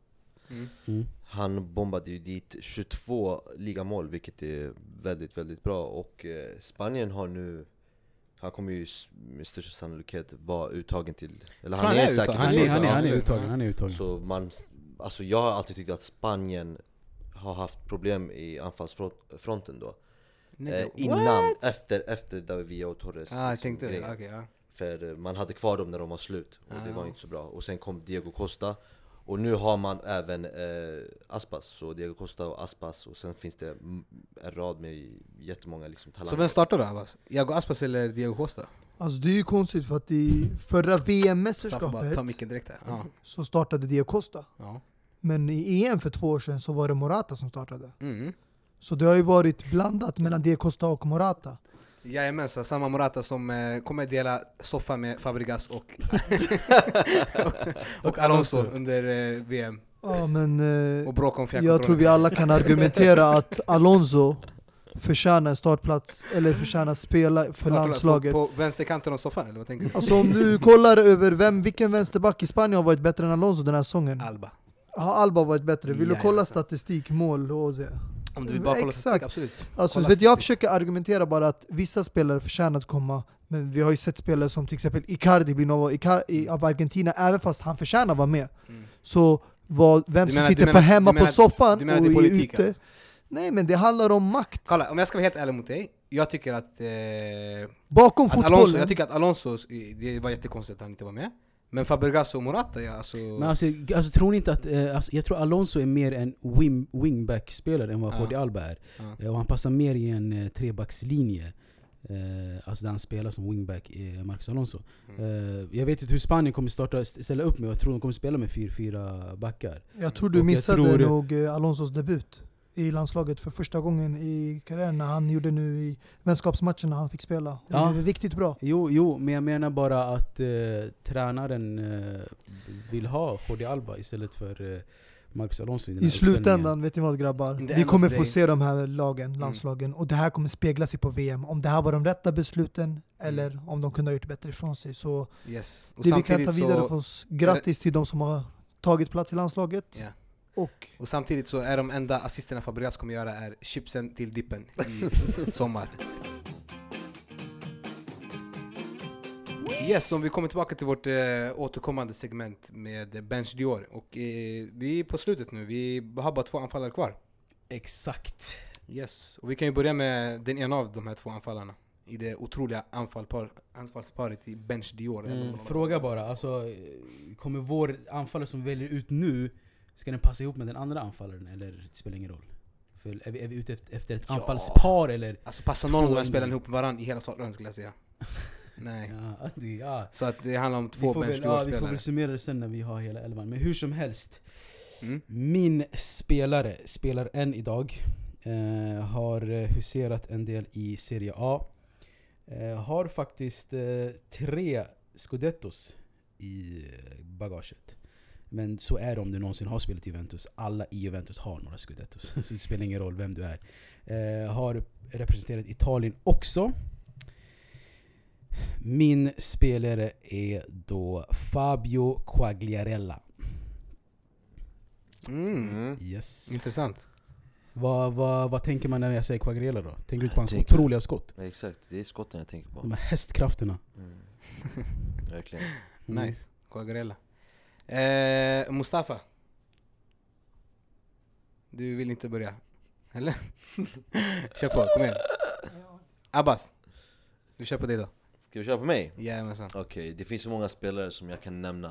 [SPEAKER 1] han bombade ju dit 22 ligamål, vilket är väldigt, väldigt bra. Och Spanien har nu, han kommer ju med största sannolikhet vara uttagen till, eller han är säkert
[SPEAKER 2] han är uttagen.
[SPEAKER 1] Så alltså jag har alltid tyckt att Spanien har haft problem i anfallsfronten då. Innan, efter David Villa och Torres.
[SPEAKER 3] Jag tänkte det, okay, ja.
[SPEAKER 1] För man hade kvar dem när de var slut och det var inte så bra. Och sen kom Diego Costa. Och nu har man även Aspas, så Diego Costa och Aspas. Och sen finns det en rad med jättemånga liksom talanger.
[SPEAKER 3] Så vem startar då? Diego Aspas eller Diego Costa?
[SPEAKER 4] Alltså det är ju konstigt för att i förra VM-mästerskapet så startade Diego Costa.
[SPEAKER 3] Ja.
[SPEAKER 4] Men i EM för 2 år sedan så var det Morata som startade. Så det har ju varit blandat mellan Diego Costa och Morata.
[SPEAKER 3] Jajamensan, samma Morata som kommer dela soffa med Fabregas och Alonso under VM.
[SPEAKER 4] Ja, men
[SPEAKER 3] Och bråk om
[SPEAKER 4] jag
[SPEAKER 3] fjärrkontrollen.
[SPEAKER 4] tror vi alla kan argumentera att Alonso förtjänar en startplats eller förtjänar spela för landslaget.
[SPEAKER 3] På vänsterkanten av soffan, eller vad tänker du?
[SPEAKER 4] Alltså om du kollar över vilken vänsterback i Spanien har varit bättre än Alonso den här säsongen.
[SPEAKER 3] Alba.
[SPEAKER 4] Har Alba varit bättre? Vill du kolla
[SPEAKER 3] Jajamensan.
[SPEAKER 4] statistik, mål och så?
[SPEAKER 3] Om du vill bara kolla
[SPEAKER 4] Exakt.
[SPEAKER 3] statistik, absolut.
[SPEAKER 4] Alltså,
[SPEAKER 3] Kolla
[SPEAKER 4] vet, jag
[SPEAKER 3] statistik.
[SPEAKER 4] försöker argumentera bara att vissa spelare förtjänar att komma. Men vi har ju sett spelare som till exempel Icardi blir av Argentina, även fast han förtjänar att vara med.
[SPEAKER 3] Mm.
[SPEAKER 4] Så vem
[SPEAKER 3] Du
[SPEAKER 4] som
[SPEAKER 3] menar-
[SPEAKER 4] sitter
[SPEAKER 3] du
[SPEAKER 4] på
[SPEAKER 3] menar-
[SPEAKER 4] hemma
[SPEAKER 3] du menar-
[SPEAKER 4] på soffan
[SPEAKER 3] du menar
[SPEAKER 4] och
[SPEAKER 3] det är
[SPEAKER 4] är
[SPEAKER 3] politik,
[SPEAKER 4] ute.
[SPEAKER 3] alltså?
[SPEAKER 4] Nej, men det handlar om makt.
[SPEAKER 3] Kolla, om jag ska vara helt ärlig mot dig. Jag tycker att
[SPEAKER 4] Bakom
[SPEAKER 3] Att
[SPEAKER 4] fotbollen.
[SPEAKER 3] Alonso, jag tycker att Alonso, det var jättekonstigt att han inte var med. Men Fabregas och Morata, ja, alltså...
[SPEAKER 2] Men alltså tror ni inte att... jag tror Alonso är mer en wingback-spelare än vad
[SPEAKER 3] Ja.
[SPEAKER 2] Jordi Alba är.
[SPEAKER 3] Ja.
[SPEAKER 2] Och han passar mer i en trebackslinje. Alltså där han spelar som wingback, Marcos Alonso. Jag vet inte hur Spanien kommer ställa upp med. Jag tror de kommer spela med 4 backar.
[SPEAKER 4] Jag tror du
[SPEAKER 2] Och jag
[SPEAKER 4] missade
[SPEAKER 2] tror-
[SPEAKER 4] nog Alonsos debut i landslaget för första gången i karriären, när han gjorde nu i vänskapsmatchen när han fick spela. Det
[SPEAKER 2] Ja.
[SPEAKER 4] gjorde riktigt bra.
[SPEAKER 2] Jo, men jag menar bara att tränaren vill ha Jordi Alba istället för Marcos Alonso. den
[SPEAKER 4] I
[SPEAKER 2] här
[SPEAKER 4] slutändan, vet ni vad grabbar?
[SPEAKER 3] Det
[SPEAKER 4] Vi
[SPEAKER 3] är
[SPEAKER 4] kommer
[SPEAKER 3] ändå
[SPEAKER 4] få
[SPEAKER 3] för
[SPEAKER 4] se de här landslagen, och det här kommer spegla sig på VM. Om det här var de rätta besluten, eller om de kunde ha gjort bättre ifrån sig. Så
[SPEAKER 3] Yes. Och
[SPEAKER 4] det vi kan ta
[SPEAKER 3] samtidigt
[SPEAKER 4] vidare
[SPEAKER 3] så...
[SPEAKER 4] för oss, grattis till de som har tagit plats i landslaget.
[SPEAKER 3] Ja.
[SPEAKER 4] Och
[SPEAKER 3] Och samtidigt så är de enda assisterna Fabregas kommer göra är chipsen till dippen i sommar. Yes, om vi kommer tillbaka till vårt återkommande segment med Bench Dior. Och vi är på slutet nu, vi har bara 2 anfallare kvar.
[SPEAKER 2] Exakt.
[SPEAKER 3] Yes, och vi kan ju börja med den ena av de här 2 anfallarna i det otroliga anfallsparet i Bench Dior.
[SPEAKER 2] Fråga bara, alltså, kommer vår anfallare som väljer ut nu, ska den passa ihop med den andra anfallaren, eller det spelar ingen roll? För är vi ute efter ett anfallspar eller?
[SPEAKER 3] Alltså passar någon av de här
[SPEAKER 2] Två
[SPEAKER 3] spelarna ihop med varandra i hela starten skulle jag säga. Nej.
[SPEAKER 2] Ja.
[SPEAKER 3] Så att det handlar om 2 Bench
[SPEAKER 2] Vi får
[SPEAKER 3] Dior-spelare.
[SPEAKER 2] väl summera det sen när vi har hela 11. Men hur som helst,
[SPEAKER 3] Mm.
[SPEAKER 2] min spelare spelar än idag. Har huserat en del i Serie A. Har faktiskt 3 Scudettos i bagaget. Men så är det om du någonsin har spelat i Juventus. Alla i Juventus har några Scudettos. Så det spelar ingen roll vem du är. Har representerat Italien också. Min spelare är då Fabio Quagliarella. Yes.
[SPEAKER 3] Intressant.
[SPEAKER 2] Vad tänker man när jag säger Quagliarella då? Tänker du inte på hans
[SPEAKER 1] tänker-
[SPEAKER 2] otroliga skott?
[SPEAKER 1] Ja, exakt, det är skotten jag tänker på.
[SPEAKER 2] De här hästkrafterna.
[SPEAKER 1] Verkligen.
[SPEAKER 3] Nice. Quagliarella. Mustafa. Du vill inte börja? Eller? Kör på, kom igen. Abbas. Du kör på dig då.
[SPEAKER 1] Ska vi köra på mig?
[SPEAKER 3] Jajamensan.
[SPEAKER 1] Okej, det finns så många spelare som jag kan nämna.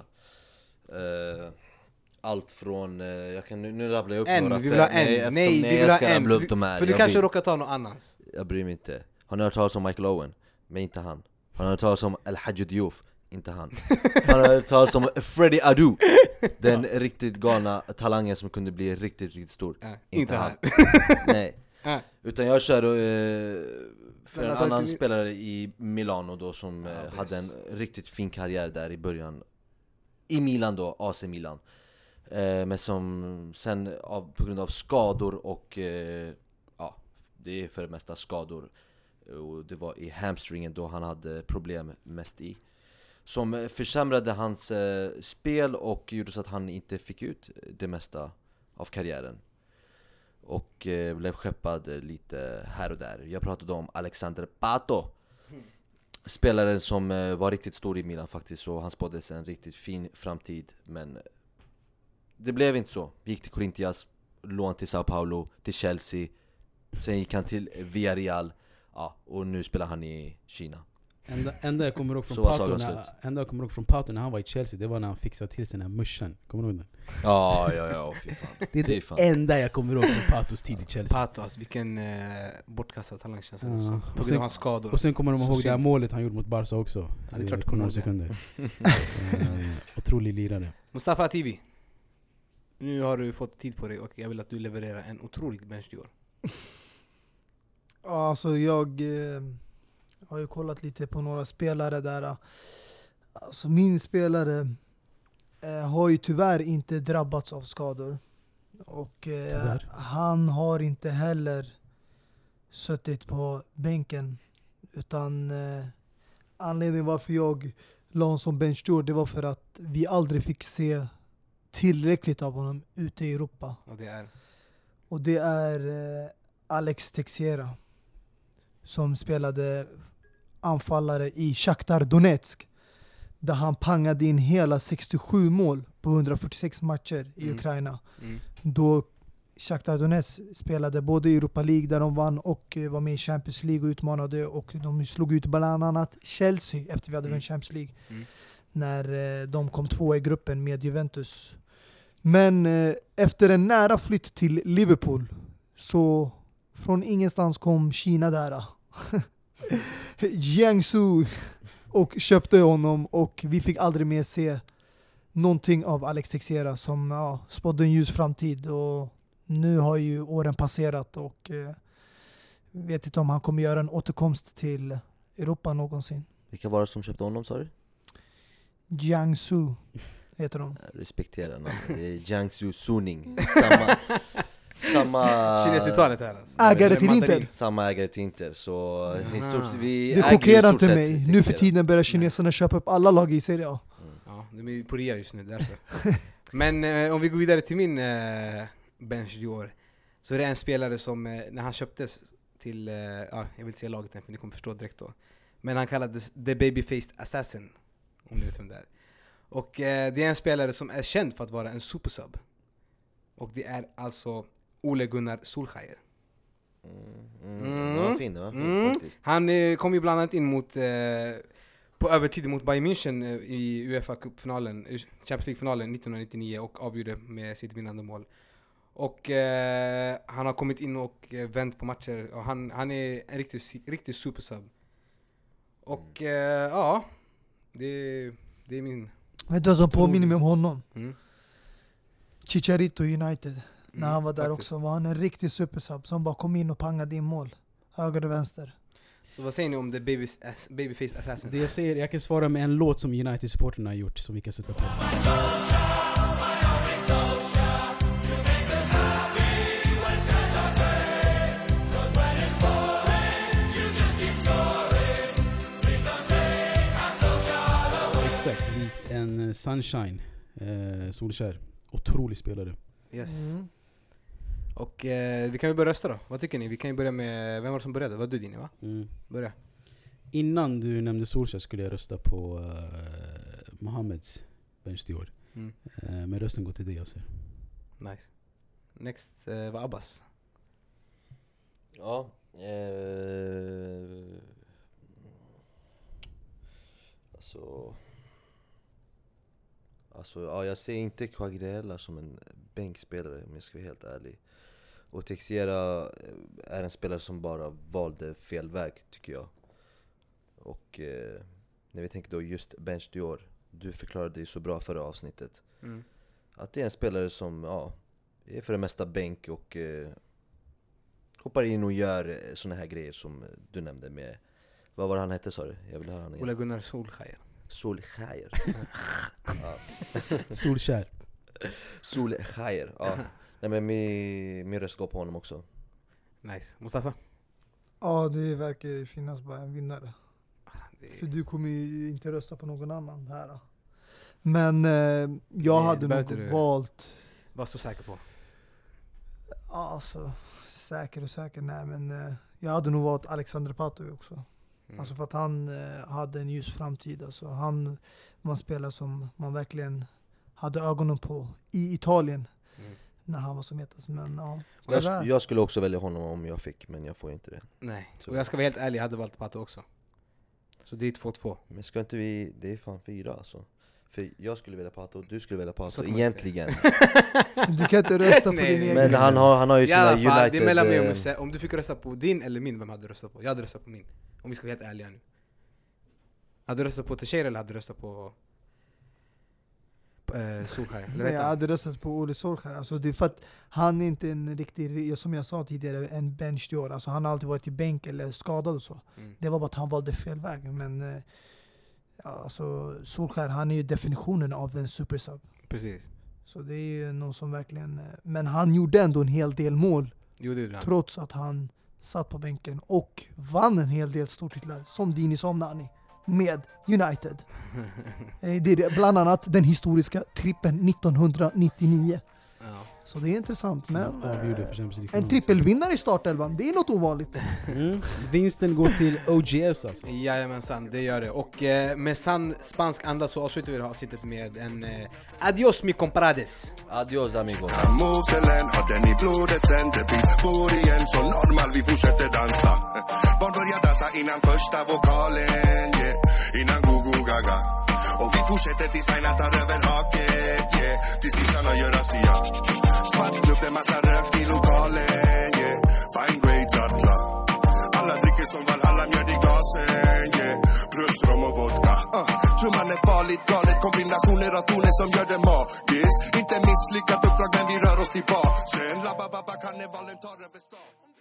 [SPEAKER 1] Allt från, jag kan nu rabblar jag upp några.
[SPEAKER 3] Vi vill ha en. Nej, vi vill ha
[SPEAKER 1] ska
[SPEAKER 3] en.
[SPEAKER 1] rabbla upp de här.
[SPEAKER 3] För du
[SPEAKER 1] Jag
[SPEAKER 3] kanske
[SPEAKER 1] vill-
[SPEAKER 3] råkar ta någon annans.
[SPEAKER 1] Jag bryr mig inte. Har ni hört talas om Michael Owen? Men inte han. Har ni hört talas om El Hadji Diouf? Inte han. Har ni hört talas om Freddie Adu? Den riktigt galna talangen som kunde bli riktigt, riktigt stor.
[SPEAKER 3] Inte han.
[SPEAKER 1] Nej. Utan jag kör för
[SPEAKER 3] Snälla,
[SPEAKER 1] en
[SPEAKER 3] ta
[SPEAKER 1] annan
[SPEAKER 3] inte-
[SPEAKER 1] spelare i Milano då som
[SPEAKER 3] Ja,
[SPEAKER 1] hade en riktigt fin karriär där i början. I Milan då, AC Milan. Men som sen på grund av skador och ja, det är för det mesta skador. Och det var i hamstringen då han hade problem mest i. Som försämrade hans spel och gjorde så att han inte fick ut det mesta av karriären. Och blev skeppad lite här och där. Jag pratade om Alexander Pato. Spelaren som var riktigt stor i Milan faktiskt. Och han spåddes en riktigt fin framtid. Men det blev inte så. Gick till Corinthians, lån till Sao Paulo, till Chelsea. Sen gick han till Villarreal. Ja, och nu spelar han i Kina.
[SPEAKER 2] Enda jag kommer ihåg
[SPEAKER 1] Så var sagan
[SPEAKER 2] från Pato när han var i Chelsea, det var när han fixade till sin här muschen. Kommer du ihåg den?
[SPEAKER 1] Ja, fy fan.
[SPEAKER 2] Det är
[SPEAKER 1] Det är
[SPEAKER 2] det
[SPEAKER 1] fan.
[SPEAKER 2] enda jag kommer ihåg från Patos tid i Chelsea.
[SPEAKER 3] Pato, alltså, vilken bortkastad talang känns det
[SPEAKER 2] Ja.
[SPEAKER 3] som. På grund av hans skador.
[SPEAKER 2] Och sen kommer de
[SPEAKER 3] Så
[SPEAKER 2] ihåg det här
[SPEAKER 3] synd.
[SPEAKER 2] målet han gjorde mot Barca också.
[SPEAKER 3] Ja, det är klart du
[SPEAKER 2] på
[SPEAKER 3] kommer
[SPEAKER 2] några
[SPEAKER 3] ihåg det.
[SPEAKER 2] sekunder. Otrolig lirare.
[SPEAKER 3] Mustafa Ativi. Nu har du fått tid på dig och jag vill att du levererar en otrolig bench Dior.
[SPEAKER 4] alltså Jag har ju kollat lite på några spelare där. Alltså min spelare har ju tyvärr inte drabbats av skador. Och han har inte heller suttit på bänken. Utan anledningen varför jag la honom som benchstore, det var för att vi aldrig fick se tillräckligt av honom ute i Europa. Och det är Alex Teixeira som spelade anfallare i Shakhtar Donetsk, där han pangade in hela 67 mål på 146 matcher i Ukraina. Då Shakhtar Donetsk spelade både i Europa League där de vann och var med i Champions League och utmanade, och de slog ut bland annat Chelsea efter vi hade vunnit Champions League. När de kom 2 i gruppen med Juventus. Men efter en nära flytt till Liverpool, så från ingenstans kom Kina där. Jiangsu och köpte honom, och vi fick aldrig mer se någonting av Alex Teixeira som spådde en ljus framtid. Och nu har ju åren passerat och vet inte om han kommer göra en återkomst till Europa någonsin.
[SPEAKER 1] Vilka var det som köpte honom, sa du?
[SPEAKER 4] Jiangsu heter de.
[SPEAKER 1] Respektera namnet. Det är Jiangsu Suning. Samma
[SPEAKER 3] Kinesuttalet här alltså.
[SPEAKER 4] Ägare till Inter.
[SPEAKER 1] Samma ägare till Inter. Så
[SPEAKER 4] det chockerar inte mig. Nu för tiden börjar kineserna köpa upp alla lag i Serie A.
[SPEAKER 3] Ja, de är på rea just nu därför. Men om vi går vidare till min bench i år, så är det en spelare som när han köptes till, jag vill inte säga laget än för ni kommer förstå direkt då, men han kallades The Babyfaced Assassin, om ni vet vem det är. Och det är en spelare som är känd för att vara en supersub, och det är alltså Ole Gunnar Solskjaer.
[SPEAKER 1] Det var fin, faktiskt.
[SPEAKER 3] Han kom ju bland annat in mot på övertid mot Bayern München i UEFA Cup-finalen, Champions League-finalen 1999, och avgjorde med sitt vinnande mål. Och han har kommit in och vänt på matcher, och han är en riktig supersub. Och det är min...
[SPEAKER 4] Vet du vad som påminner mig om honom? Chicharito United. När han var där faktiskt. Också var han en riktig supersub som bara kom in och pangade in mål. Höger och vänster.
[SPEAKER 3] Så vad säger ni om The Babyfaced Assassin?
[SPEAKER 2] Det jag säger, jag kan svara med en låt som United-supporterna har gjort som vi kan sätta på. Exakt, likt en Sunshine, Solskjaer. Otrolig spelare.
[SPEAKER 3] Yes. Och vi kan ju börja rösta då. Vad tycker ni? Vi kan ju börja med, vem var det som började? Var du Dini, va? Börja.
[SPEAKER 2] Innan du nämnde Solskjaer skulle jag rösta på Mohammeds bench i år. Men rösten går till dig, jag ser.
[SPEAKER 3] Nice. Next var Abbas.
[SPEAKER 1] Ja. Alltså, jag ser inte Quagliarella som en bänkspelare, om jag ska vara helt ärlig. Och Teixeira är en spelare som bara valde fel väg, tycker jag. Och när vi tänker då just bench i år, du förklarade det så bra förra avsnittet. Att det är en spelare som är för det mesta bänk och hoppar in och gör såna här grejer som du nämnde med, vad var det han hette, sa du? Jag vill höra han igen.
[SPEAKER 3] Ole Gunnar Solskjaer.
[SPEAKER 1] Solskjaer. Solskjaer. Ja. Nej, men min röst går på honom också.
[SPEAKER 3] Nice. Mustafa?
[SPEAKER 4] Ja, det verkar ju finnas bara en vinnare. För du kommer ju inte rösta på någon annan här. Men jag hade nog valt...
[SPEAKER 3] Var så säker på?
[SPEAKER 4] Alltså, säker. Nej, men jag hade nog valt Alexander Pato också. Alltså för att han hade en ljus framtid. Alltså han var en spelare som man verkligen hade ögonen på i Italien när han var som hetast. Men
[SPEAKER 1] jag skulle också välja honom om jag fick, men jag får inte det.
[SPEAKER 3] Nej, och jag ska vara helt ärlig, jag hade valt Pato också. Så det är 2-2.
[SPEAKER 1] Men ska inte vi, det är fan 4 alltså. För jag skulle välja Pato och du skulle välja Pato egentligen.
[SPEAKER 4] Du kan inte rösta på din egen.
[SPEAKER 1] Men han har ju sina United.
[SPEAKER 3] Det är mellan mig och Musse. Om du fick rösta på din eller min, vem hade du röstat på? Jag hade röstat på min. Om vi ska vara helt ärliga nu. Hade du röstat på Teixeira eller hade du röstat på Solskjaer? Eller
[SPEAKER 4] Nej,
[SPEAKER 3] vet
[SPEAKER 4] jag
[SPEAKER 3] han?
[SPEAKER 4] hade röstat på Ole Solskjaer. Alltså det är för att han är inte en riktig, som jag sa tidigare, en benchdior. Alltså han har alltid varit i bänk eller skadad och så. Det var bara att han valde fel väg. Men alltså Solskjaer, han är ju definitionen av en supersub.
[SPEAKER 3] Precis.
[SPEAKER 4] Så det är ju någon som verkligen... Men han gjorde ändå en hel del mål.
[SPEAKER 3] Jo, det gjorde han.
[SPEAKER 4] Trots att han satt på bänken och vann en hel del stortitlar. Som Dini Somnani med United. Det är bland annat den historiska trippen 1999.
[SPEAKER 3] Ja.
[SPEAKER 4] Så det är intressant. Men
[SPEAKER 2] Avgjorde för Champions League.
[SPEAKER 4] en trippelvinnare i startelvan, det är något ovanligt.
[SPEAKER 2] Vinsten går till OGS alltså.
[SPEAKER 3] Jajamensan, det gör det. Och med sann spansk anda så avslutar vi det här avsnittet med en adios mi compadres.
[SPEAKER 1] Adios amigos.
[SPEAKER 5] Moveselen har den i blodet sen det bor igen så normal vi fortsätter dansa. Barn börjar dansa innan första vokalen, yeah. Innan go-go gaga. Och vi fortsätter tills Aina tar över haket, yeah. Tills kissarna gör Asia. Svart klubb, det massa rök i lokalen, yeah. Fine grades atla. Alla dricker som Valhalla, mjöd i glasen, yeah. Plus rom och vodka. Tror man är farligt galet, kombinationer av toner som gör det magiskt. Inte misslyckat uppdrag men vi rör oss tillbaka. Sen la-ba-ba-ba, karnevalen tar över stan.